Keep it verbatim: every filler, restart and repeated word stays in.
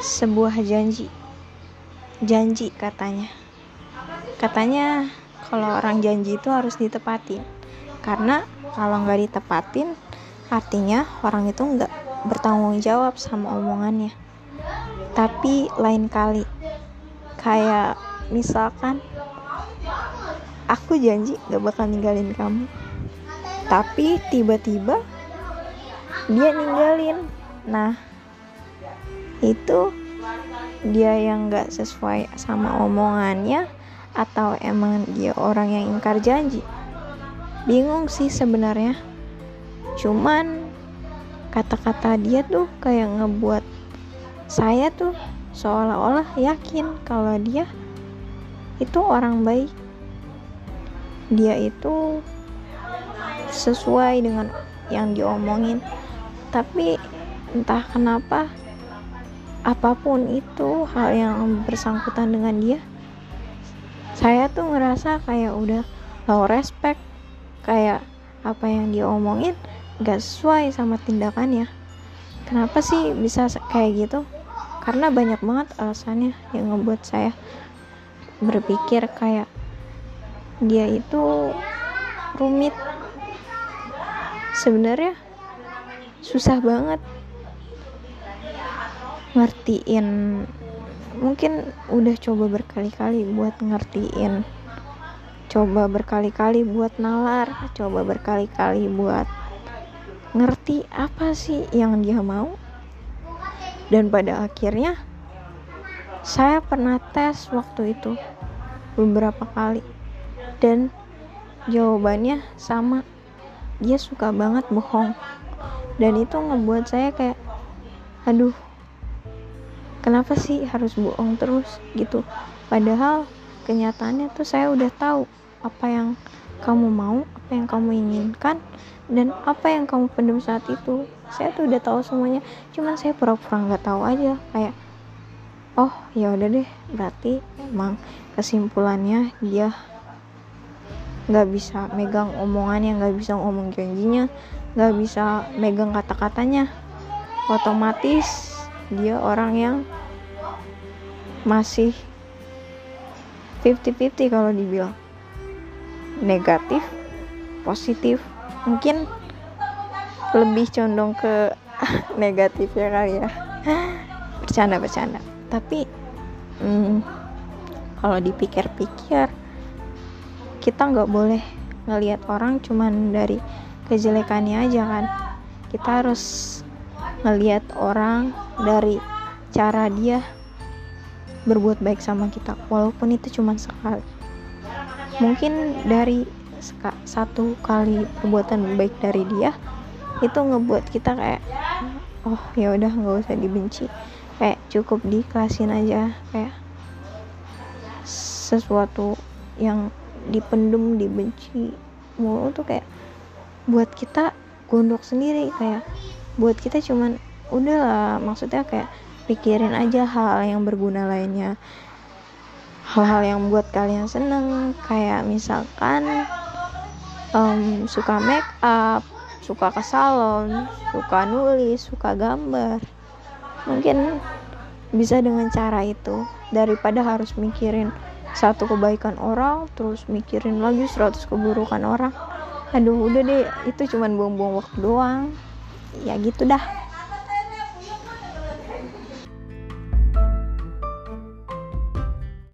sebuah janji janji katanya katanya kalau orang janji itu harus ditepatin, karena kalau nggak ditepatin artinya orang itu nggak bertanggung jawab sama omongannya. Tapi lain kali, kayak misalkan aku janji gak bakal ninggalin kamu, tapi tiba-tiba dia ninggalin. Nah, itu dia yang gak sesuai sama omongannya, atau emang dia orang yang ingkar janji? Bingung sih sebenarnya. Cuman kata-kata dia tuh kayak ngebuat saya tuh seolah-olah yakin kalau dia itu orang baik, dia itu sesuai dengan yang diomongin. Tapi entah kenapa, apapun itu hal yang bersangkutan dengan dia, saya tuh ngerasa kayak udah low respect, kayak apa yang dia omongin gak sesuai sama tindakannya. Kenapa sih bisa kayak gitu? Karena banyak banget alasannya yang ngebuat saya berpikir kayak dia itu rumit. Sebenarnya susah banget ngertiin. Mungkin udah coba berkali-kali buat ngertiin, coba berkali-kali buat nalar, coba berkali-kali buat ngerti apa sih yang dia mau. Dan pada akhirnya saya pernah tes waktu itu beberapa kali, dan jawabannya sama, dia suka banget bohong. Dan itu ngebuat saya kayak, aduh, kenapa sih harus bohong terus gitu? Padahal kenyataannya tuh saya udah tahu apa yang kamu mau, apa yang kamu inginkan, dan apa yang kamu pendam saat itu. Saya tuh udah tahu semuanya, cuman saya pura-pura nggak tahu aja. Kayak, oh ya udah deh, berarti emang kesimpulannya dia nggak bisa megang omongannya, nggak bisa ngomong janjinya, nggak bisa megang kata-katanya. Otomatis dia orang yang masih fifty-fifty kalau dibilang, negatif, positif. Mungkin lebih condong ke negatif ya kali ya. Bercanda-bercanda. Tapi hmm, kalau dipikir-pikir, kita nggak boleh ngelihat orang cuman dari kejelekannya aja kan. Kita harus ngelihat orang dari cara dia berbuat baik sama kita, walaupun itu cuma sekali. Mungkin dari satu kali perbuatan baik dari dia itu ngebuat kita kayak, oh ya udah, nggak usah dibenci, kayak cukup diikhlasin aja. Kayak sesuatu yang dipendem, dibenci mulu tuh kayak buat kita gondok sendiri. Kayak buat kita cuman udahlah, maksudnya kayak pikirin aja hal yang berguna lainnya, hal-hal yang buat kalian seneng. Kayak misalkan um, suka make up, suka ke salon, suka nulis, suka gambar, mungkin bisa dengan cara itu, daripada harus mikirin satu kebaikan orang terus mikirin lagi seratus keburukan orang. Aduh udah deh, itu cuman buang-buang waktu doang. Ya gitu dah.